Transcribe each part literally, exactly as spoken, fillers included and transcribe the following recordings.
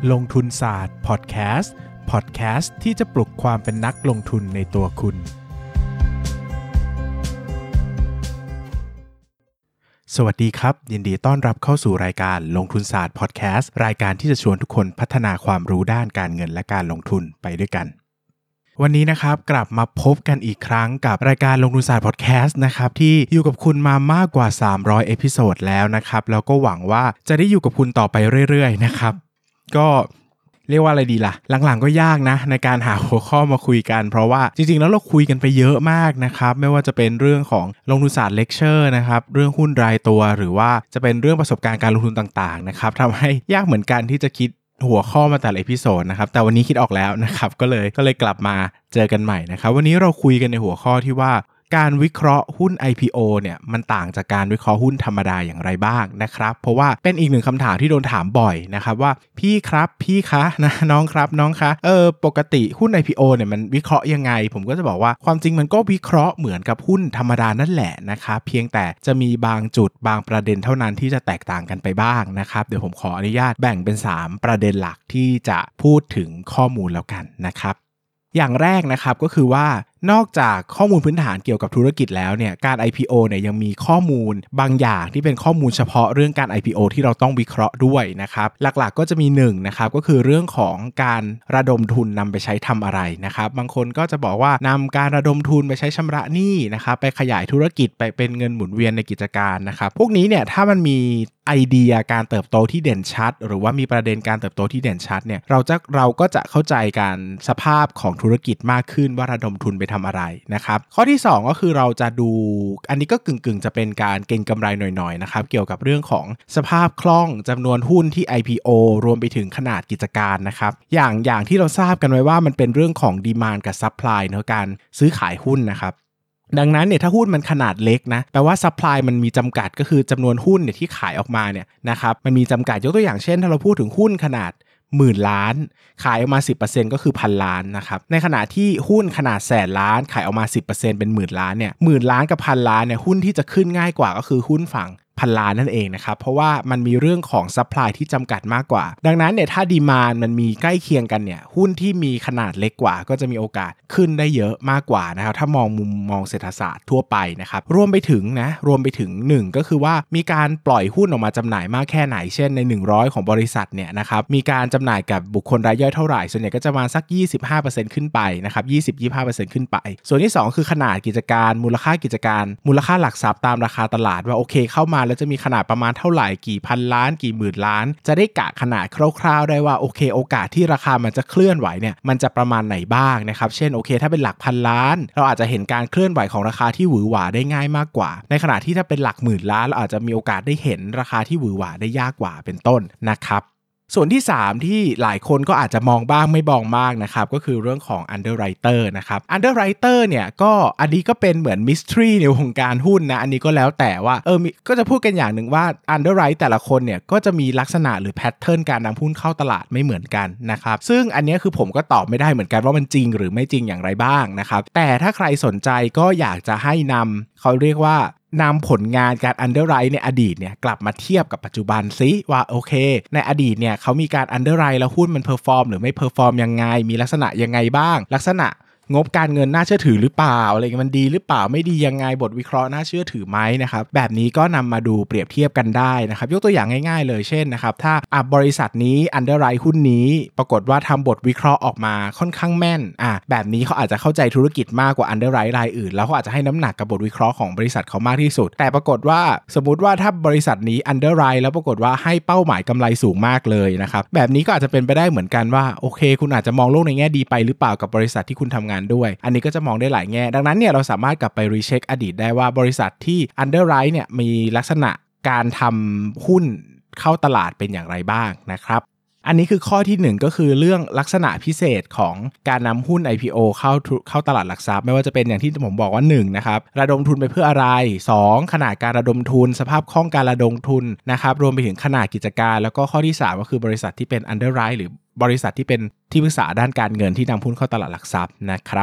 ลงทุนศาสตร์พอดแคสต์พอดแคสต์ที่จะปลุกความเป็นนักลงทุนในตัวคุณสวัสดีครับยินดีต้อนรับเข้าสู่รายการลงทุนศาสตร์พอดแคสต์รายการที่จะชวนทุกคนพัฒนาความรู้ด้านการเงินและการลงทุนไปด้วยกันวันนี้นะครับกลับมาพบกันอีกครั้งกับรายการลงทุนศาสตร์พอดแคสต์นะครับที่อยู่กับคุณมามากกว่าสามร้อยเอพิโซดแล้วนะครับแล้วก็หวังว่าจะได้อยู่กับคุณต่อไปเรื่อยๆนะครับก็เรียกว่าอะไรดีล่ะหลังๆก็ยากนะในการหาหัวข้อมาคุยกันเพราะว่าจริงๆแล้วเราคุยกันไปเยอะมากนะครับไม่ว่าจะเป็นเรื่องของลงทุนศาสตร์เลคเชอร์นะครับเรื่องหุ้นรายตัวหรือว่าจะเป็นเรื่องประสบการณ์การลงทุนต่างๆนะครับทำให้ยากเหมือนกันที่จะคิดหัวข้อมาแต่ละเอพิโซดนะครับแต่วันนี้คิดออกแล้วนะครับก็เลยก็เลยกลับมาเจอกันใหม่นะครับวันนี้เราคุยกันในหัวข้อที่ว่าการวิเคราะห์หุ้น ไอ พี โอ เนี่ยมันต่างจากการวิเคราะห์หุ้นธรรมดาอย่างไรบ้างนะครับเพราะว่าเป็นอีกหนึ่งคำถามที่โดนถามบ่อยนะครับว่าพี่ครับพี่คะนะน้องครับน้องคะเออปกติหุ้น ไอ พี โอ เนี่ยมันวิเคราะห์ยังไงผมก็จะบอกว่าความจริงมันก็วิเคราะห์เหมือนกับหุ้นธรรมดานั่นแหละนะครับเพียงแต่จะมีบางจุดบางประเด็นเท่านั้นที่จะแตกต่างกันไปบ้างนะครับเดี๋ยวผมขออนุญาตแบ่งเป็นสามประเด็นหลักที่จะพูดถึงข้อมูลแล้วกันนะครับอย่างแรกนะครับก็คือว่านอกจากข้อมูลพื้นฐานเกี่ยวกับธุรกิจแล้วเนี่ยการ ไอ พี โอ เนี่ยยังมีข้อมูลบางอย่างที่เป็นข้อมูลเฉพาะเรื่องการ ไอ พี โอ ที่เราต้องวิเคราะห์ด้วยนะครับหลักๆก็จะมีหนึ่งนะครับก็คือเรื่องของการระดมทุนนำไปใช้ทำอะไรนะครับบางคนก็จะบอกว่านำการระดมทุนไปใช้ชำระหนี้นะครับไปขยายธุรกิจไปเป็นเงินหมุนเวียนในกิจการนะครับพวกนี้เนี่ยถ้ามันมีไอเดียการเติบโตที่เด่นชัดหรือว่ามีประเด็นการเติบโตที่เด่นชัดเนี่ยเราจะเราก็จะเข้าใจการสภาพของธุรกิจมากขึ้นว่าระดมทุนไปทำอะไรนะครับข้อที่สองก็คือเราจะดูอันนี้ก็กึ่งๆจะเป็นการเก็งกำไรหน่อยๆนะครับเกี่ยวกับเรื่องของสภาพคล่องจำนวนหุ้นที่ ไอ พี โอ รวมไปถึงขนาดกิจการนะครับอย่างอย่างที่เราทราบกันไว้ว่ามันเป็นเรื่องของดีมานด์กับซัพพลายเนาะการซื้อขายหุ้นนะครับดังนั้นเนี่ยถ้าหุ้นมันขนาดเล็กนะแปลว่าซัพพลายมันมีจำกัดก็คือจำนวนหุ้นเนี่ยที่ขายออกมาเนี่ยนะครับมันมีจำกัดยกตัวอย่างเช่นถ้าเราพูดถึงหุ้นขนาดหมื่นล้านขายออกมา สิบเปอร์เซ็นต์ ก็คือพันล้านนะครับในขณะที่หุ้นขนาดแสนล้านขายออกมา สิบเปอร์เซ็นต์ เป็นหมื่นล้านเนี่ยหมื่นล้านกับพันล้านเนี่ยหุ้นที่จะขึ้นง่ายกว่าก็คือหุ้นฝั่งพันล้านนั่นเองนะครับเพราะว่ามันมีเรื่องของซัพพลายที่จำกัดมากกว่าดังนั้นเนี่ยถ้าดีมานด์มันมีใกล้เคียงกันเนี่ยหุ้นที่มีขนาดเล็กกว่าก็จะมีโอกาสขึ้นได้เยอะมากกว่านะครับถ้ามองมุมมองเศรษฐศาสตร์ทั่วไปนะครับรวมไปถึงนะรวมไปถึงหนึ่งก็คือว่ามีการปล่อยหุ้นออกมาจำหน่ายมากแค่ไหนเช่นในหนึ่งร้อยของบริษัทเนี่ยนะครับมีการจำหน่ายกับบุคคลรายย่อยเท่าไหร่ส่วนใหญ่ก็จะมาสัก ยี่สิบห้าเปอร์เซ็นต์ ขึ้นไปนะครับ ยี่สิบถึงยี่สิบห้าเปอร์เซ็นต์ ขึ้นไปส่วนที่สองคือขนาดกิจการมูลค่ากิจการมูลค่าหลักทรัพย์ตามราคาตลาดว่าโอเคเข้ามาแล้วจะมีขนาดประมาณเท่าไหร่กี่พันล้านกี่หมื่นล้านจะได้กะขนาดคร่าวๆได้ว่าโอเคโอกาสที่ราคามันจะเคลื่อนไหวเนี่ยมันจะประมาณไหนบ้างนะครับเช่นโอเคถ้าเป็นหลักพันล้านเราอาจจะเห็นการเคลื่อนไหวของราคาที่หวือหวาได้ง่ายมากกว่าในขณะที่ถ้าเป็นหลักหมื่นล้านเราอาจจะมีโอกาสได้เห็นราคาที่หวือหวาได้ยากกว่าเป็นต้นนะครับส่วนที่สามที่หลายคนก็อาจจะมองบ้างไม่มองบ้างนะครับก็คือเรื่องของ underwriter นะครับ underwriter เนี่ยก็อันนี้ก็เป็นเหมือน mystery ในวงการหุ้นนะอันนี้ก็แล้วแต่ว่าเออก็จะพูดกันอย่างหนึ่งว่า underwriter แต่ละคนเนี่ยก็จะมีลักษณะหรือ pattern การนำหุ้นเข้าตลาดไม่เหมือนกันนะครับซึ่งอันนี้คือผมก็ตอบไม่ได้เหมือนกันว่ามันจริงหรือไม่จริงอย่างไรบ้างนะครับแต่ถ้าใครสนใจก็อยากจะให้นำเขาเรียกว่านำผลงานการ underwrite ในอดีตเนี่ยกลับมาเทียบกับปัจจุบันซิว่าโอเคในอดีตเนี่ยเขามีการ underwrite แล้วหุ้นมัน perform หรือไม่ perform ยังไงมีลักษณะยังไงบ้างลักษณะงบการเงินน่าเชื่อถือหรือเปล่าอะไรเงี้ยมันดีหรือเปล่าไม่ดียังไงบทวิเคราะห์น่าเชื่อถือไหมนะครับแบบนี้ก็นำมาดูเปรียบเทียบกันได้นะครับยกตัวอย่างง่ายๆเลยเช่นนะครับถ้าอ่ะบริษัทนี้ underwrite หุ้นนี้ปรากฏว่าทำบทวิเคราะห์ออกมาค่อนข้างแม่นอ่ะแบบนี้เขาอาจจะเข้าใจธุรกิจมากกว่า underwrite รายอื่นแล้วเขาอาจจะให้น้ำหนักกับบทวิเคราะห์ของบริษัทเขามากที่สุดแต่ปรากฏว่าสมมุติว่าถ้าบริษัทนี้ underwrite แล้วปรากฏว่าให้เป้าหมายกำไรสูงมากเลยนะครับแบบนี้ก็อาจจะเป็นไปได้เหมือนกันว่าโอเคคุณอาจจะมองโลกในแง่ดีไปหรือเปล่ากับบริษัทที่คุณทำงานด้วยอันนี้ก็จะมองได้หลายแง่ดังนั้นเนี่ยเราสามารถกลับไปรีเช็คอดีตได้ว่าบริษัทที่ underwrite เนี่ยมีลักษณะการทำหุ้นเข้าตลาดเป็นอย่างไรบ้างนะครับอันนี้คือข้อที่หนึ่งก็คือเรื่องลักษณะพิเศษของการนำหุ้น ไอ พี โอ เข้าเข้าตลาดหลักทรัพย์ไม่ว่าจะเป็นอย่างที่ผมบอกว่าหนึ่งนะครับระดมทุนไปเพื่ออะไรสองขนาดการระดมทุนสภาพคล่องการระดมทุนนะครับรวมไปถึงขนาดกิจการแล้วก็ข้อที่สามก็คือบริษัทที่เป็น underwrite หรือบริษัทที่เป็นที่ปรึกษาด้านการเงินที่นำหุ้นเข้าตลาดหลักทรัพย์นะครับ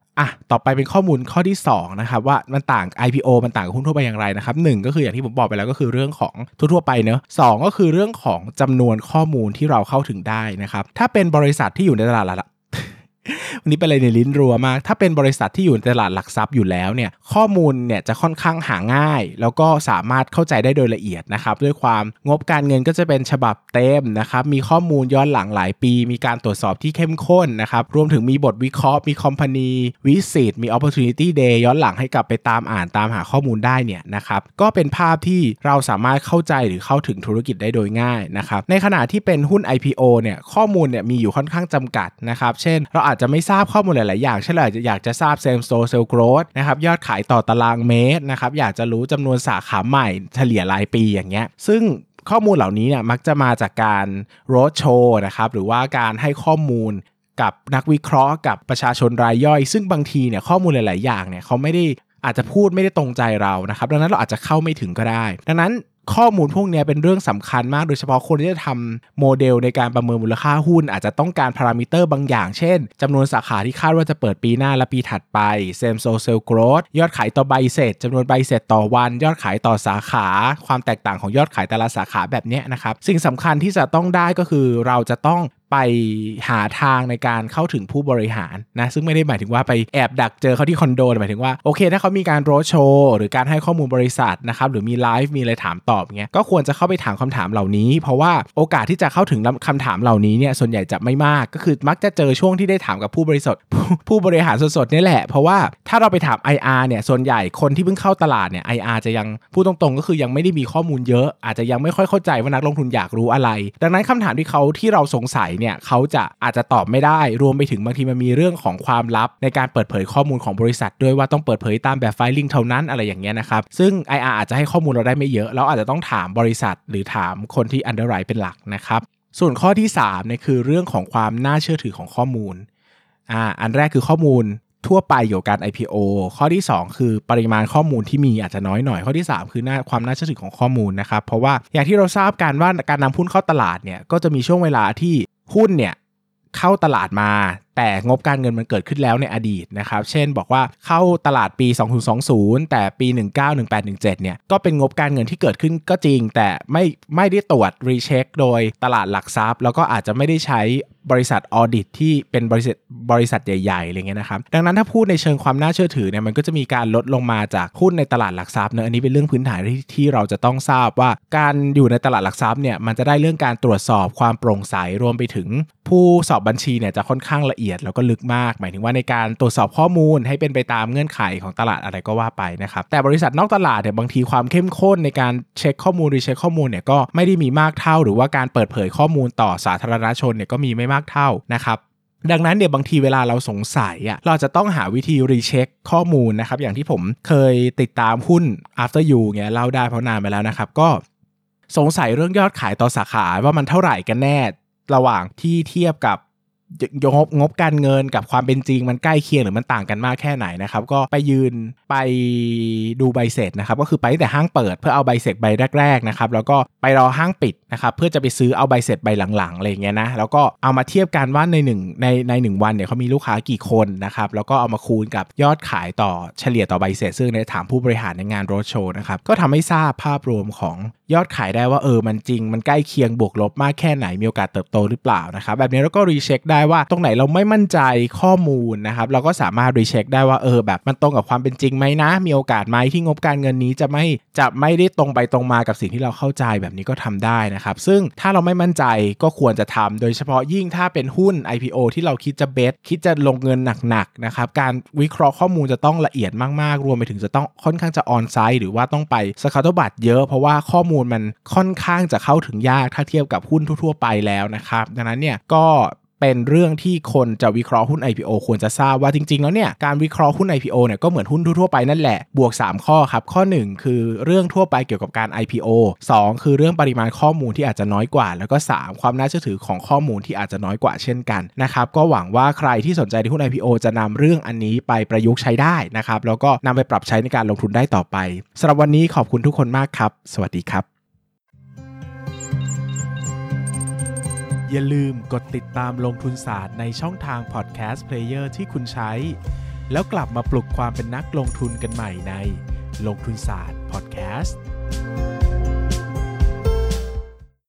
อ่ะต่อไปเป็นข้อมูลข้อที่สองนะครับว่ามันต่าง ไอ พี โอ มันต่างกับหุ้นทั่วไปอย่างไรนะครับหนึ่งก็คืออย่างที่ผมบอกไปแล้วก็คือเรื่องของทั่วๆไปเนอะสองก็คือเรื่องของจำนวนข้อมูลที่เราเข้าถึงได้นะครับถ้าเป็นบริษัทที่อยู่ในตลาดหลักวันนี้เป็นอะไรในลิ้นรัวมากถ้าเป็นบริษัทที่อยู่ในตลาดหลักทรัพย์อยู่แล้วเนี่ยข้อมูลเนี่ยจะค่อนข้างหาง่ายแล้วก็สามารถเข้าใจได้โดยละเอียดนะครับด้วยความงบการเงินก็จะเป็นฉบับเต็มนะครับมีข้อมูลย้อนหลังหลายปีมีการตรวจสอบที่เข้มข้นนะครับรวมถึงมีบทวิเคราะห์มีคอมพานีวิสิตมี opportunity day ย้อนหลังให้กลับไปตามอ่านตามหาข้อมูลได้เนี่ยนะครับก็เป็นภาพที่เราสามารถเข้าใจหรือเข้าถึงธุรกิจได้โดยง่ายนะครับในขณะที่เป็นหุ้น ไอ พี โอ เนี่ยข้อมูลเนี่ยมีอยู่ค่อนข้างจำกัดนะครับเช่นเราอาจจะไม่ทราบข้อมูลหลายๆอย่างเช่นเราอยากจะทราบ same store sales growth นะครับยอดขายต่อตารางเมตรนะครับอยากจะรู้จำนวนสาขาใหม่เฉลี่ยรายปีอย่างเงี้ยซึ่งข้อมูลเหล่านี้เนี่ยมักจะมาจากการ road show นะครับหรือว่าการให้ข้อมูลกับนักวิเคราะห์กับประชาชนรายย่อยซึ่งบางทีเนี่ยข้อมูลหลายๆอย่างเนี่ยเขาไม่ได้อาจจะพูดไม่ได้ตรงใจเรานะครับดังนั้นเราอาจจะเข้าไม่ถึงก็ได้ดังนั้นข้อมูลพวกนี้เป็นเรื่องสำคัญมากโดยเฉพาะคนที่จะทำโมเดลในการประเมินมูลค่าหุ้นอาจจะต้องการพารามิเตอร์บางอย่างเช่นจำนวนสาขาที่คาดว่าจะเปิดปีหน้าและปีถัดไป same store sales growth ยอดขายต่อใบเสร็จจำนวนใบเสร็จต่อวันยอดขายต่อสาขาความแตกต่างของยอดขายแต่ละสาขาแบบนี้นะครับสิ่งสำคัญที่จะต้องได้ก็คือเราจะต้องไปหาทางในการเข้าถึงผู้บริหารนะซึ่งไม่ได้หมายถึงว่าไปแอบดักเจอเขาที่คอนโดหมายถึงว่าโอเคถ้าเขามีการโรดโชว์หรือการให้ข้อมูลบริษัทนะครับหรือมีไลฟ์มีอะไรถามตอบเงี้ยก็ควรจะเข้าไปถามคำถามเหล่านี้เพราะว่าโอกาสที่จะเข้าถึงคำถามเหล่านี้เนี่ยส่วนใหญ่จะไม่มากก็คือมักจะเจอช่วงที่ได้ถามกับผู้บริษัทผู้บริหารสดๆนี่แหละเพราะว่าถ้าเราไปถาม ไอ อาร์ เนี่ยส่วนใหญ่คนที่เพิ่งเข้าตลาดเนี่ย ไอ อาร์ จะยังพูดตรงๆก็คือยังไม่ได้มีข้อมูลเยอะอาจจะยังไม่ค่อยเข้าใจว่านักลงทุนอยากรู้อะไรดังนั้นคำถามที่เขาที่เราสงสัยเนี่ยเขาจะอาจจะตอบไม่ได้รวมไปถึงบางทีมันมีเรื่องของความลับในการเปิดเผยข้อมูลของบริษัทด้วยว่าต้องเปิดเผยตามแบบไฟลิ่งเท่านั้นอะไรอย่างเงี้ยนะครับซึ่ง ไอ อาร์ อาจจะให้ข้อมูลเราได้ไม่เยอะเราอาจจะต้องถามบริษัทหรือถามคนที่ underwrite เป็นหลักนะครับส่วนข้อที่สามเนี่ยคือเรื่องของความน่าเชื่อถือของข้อมูลอ่าอันแรกคือข้อมูลทั่วไปเกี่ยวกับการ ไอ พี โอ ข้อที่สองคือปริมาณข้อมูลที่มีอาจจะน้อยหน่อยข้อที่สามคือความน่าเชื่อถือของข้อมูลนะครับเพราะว่าอย่างที่เราทราบกันว่าการนำหุ้นเข้าตลาดเนี่ยก็จะมีช่วงเวลาที่หุ้นเนี่ยเข้าตลาดมาแต่งบการเงินมันเกิดขึ้นแล้วในอดีตนะครับเช่นบอกว่าเข้าตลาดปีสองพันยี่สิบแต่ปีหนึ่งเก้า หนึ่งแปด หนึ่งเจ็ดเนี่ยก็เป็นงบการเงินที่เกิดขึ้นก็จริงแต่ไม่ไม่ได้ตรวจรีเช็คโดยตลาดหลักทรัพย์แล้วก็อาจจะไม่ได้ใช้บริษัทออดิตที่เป็นบริษัทบริษัทใหญ่ๆอะไรเงี้ยนะครับดังนั้นถ้าพูดในเชิงความน่าเชื่อถือเนี่ยมันก็จะมีการลดลงมาจากหุ้นในตลาดหลักทรัพย์เนอะอันนี้เป็นเรื่องพื้นฐานที่ที่เราจะต้องทราบว่าการอยู่ในตลาดหลักทรัพย์เนี่ยมันจะได้เรื่องการตรวจสอบความโปร่งใสรวมไปถึงผู้สอบบัญชีเนี่ยจะค่อนข้างละเอียดแล้วก็ลึกมากหมายถึงว่าในการตรวจสอบข้อมูลให้เป็นไปตามเงื่อนไขของตลาดอะไรก็ว่าไปนะครับแต่บริษัทนอกตลาดเนี่ยบางทีความเข้มข้นในการเช็คข้อมูลรีเช็คข้อมูลเนี่ยก็ไม่ได้มีมากเท่าหรือว่าการเปิดเผยข้อมูลต่อสาธารณชนเนี่ยก็มีไม่มากเท่านะครับดังนั้นเนี่ยบางทีเวลาเราสงสัยอ่ะเราจะต้องหาวิธีรีเช็คข้อมูลนะครับอย่างที่ผมเคยติดตามหุ้น after you เงี้ยเล่าได้เพราะนานไปแล้วนะครับก็สงสัยเรื่องยอดขายต่อสาขาว่ามันเท่าไหร่กันแน่ระหว่างที่เทียบกับงบงบการเงินกับความเป็นจริงมันใกล้เคียงหรือมันต่างกันมากแค่ไหนนะครับก็ไปยืนไปดูใบเสร็จนะครับก็คือไปตั้งแต่ห้างเปิดเพื่อเอาใบเสร็จใบแรกๆนะครับแล้วก็ไปรอห้างปิดนะครับเพื่อจะไปซื้อเอาใบเสร็จใบหลังๆอะไรอย่างเงี้ยนะแล้วก็เอามาเทียบกันว่าในหนึ่งในในหนึ่งวันเนี่ยเขามีลูกค้ากี่คนนะครับแล้วก็เอามาคูณกับยอดขายต่อเฉลี่ยต่อใบเสร็จซึ่งในถามผู้บริหารในงานโรดโชว์นะครับก็ทำให้ทราบภาพรวมของยอดขายได้ว่าเออมันจริงมันใกล้เคียงบวกลบมากแค่ไหนมีโอกาสเติบโตหรือเปล่านะครับแบบนี้เราก็รีเช็คได้ว่าตรงไหนเราไม่มั่นใจข้อมูลนะครับเราก็สามารถรีเช็คได้ว่าเออแบบมันตรงกับความเป็นจริงไหมนะมีโอกาสไหมที่งบการเงินนี้จะไม่จะไม่ได้ตรงไปตรงมากับสิ่งที่เราเข้าใจแบบนี้ก็ทำได้นะครับซึ่งถ้าเราไม่มั่นใจก็ควรจะทำโดยเฉพาะยิ่งถ้าเป็นหุ้น ไอ พี โอ ที่เราคิดจะเบสคิดจะลงเงินหนักๆนะครับการวิเคราะห์ข้อมูลจะต้องละเอียดมากๆรวมไปถึงจะต้องค่อนข้างจะออนไซต์หรือว่าต้องไปสแคาท์บัตรเยอะเพราะว่าข้อมูลมันค่อนข้างจะเข้าถึงยากถ้าเทียบกับหุ้นทั่วๆไปแล้วนะครับดังนั้นเนี่ยก็เป็นเรื่องที่คนจะวิเคราะห์หุ้น ไอ พี โอ ควรจะทราบว่าจริงๆแล้วเนี่ยการวิเคราะห์หุ้น ไอ พี โอ เนี่ยก็เหมือนหุ้นทั่วๆไปนั่นแหละบวกสามข้อครับข้อหนึ่งคือเรื่องทั่วไปเกี่ยวกับการ ไอ พี โอ สองคือเรื่องปริมาณข้อมูลที่อาจจะน้อยกว่าแล้วก็สามความน่าเชื่อถือของข้อมูลที่อาจจะน้อยกว่าเช่นกันนะครับก็หวังว่าใครที่สนใจในหุ้น ไอ พี โอ จะนำเรื่องอันนี้ไปประยุกต์ใช้ได้นะครับแล้วก็นำไปปรับใช้ในการลงทุนได้ต่อไปสำหรับวันนี้ขอบคุณทุกคนมากครับสวัสดีครับอย่าลืมกดติดตามลงทุนศาสตร์ในช่องทางพอดแคสต์เพลเยอร์ที่คุณใช้แล้วกลับมาปลุกความเป็นนักลงทุนกันใหม่ในลงทุนศาสตร์พอดแคสต์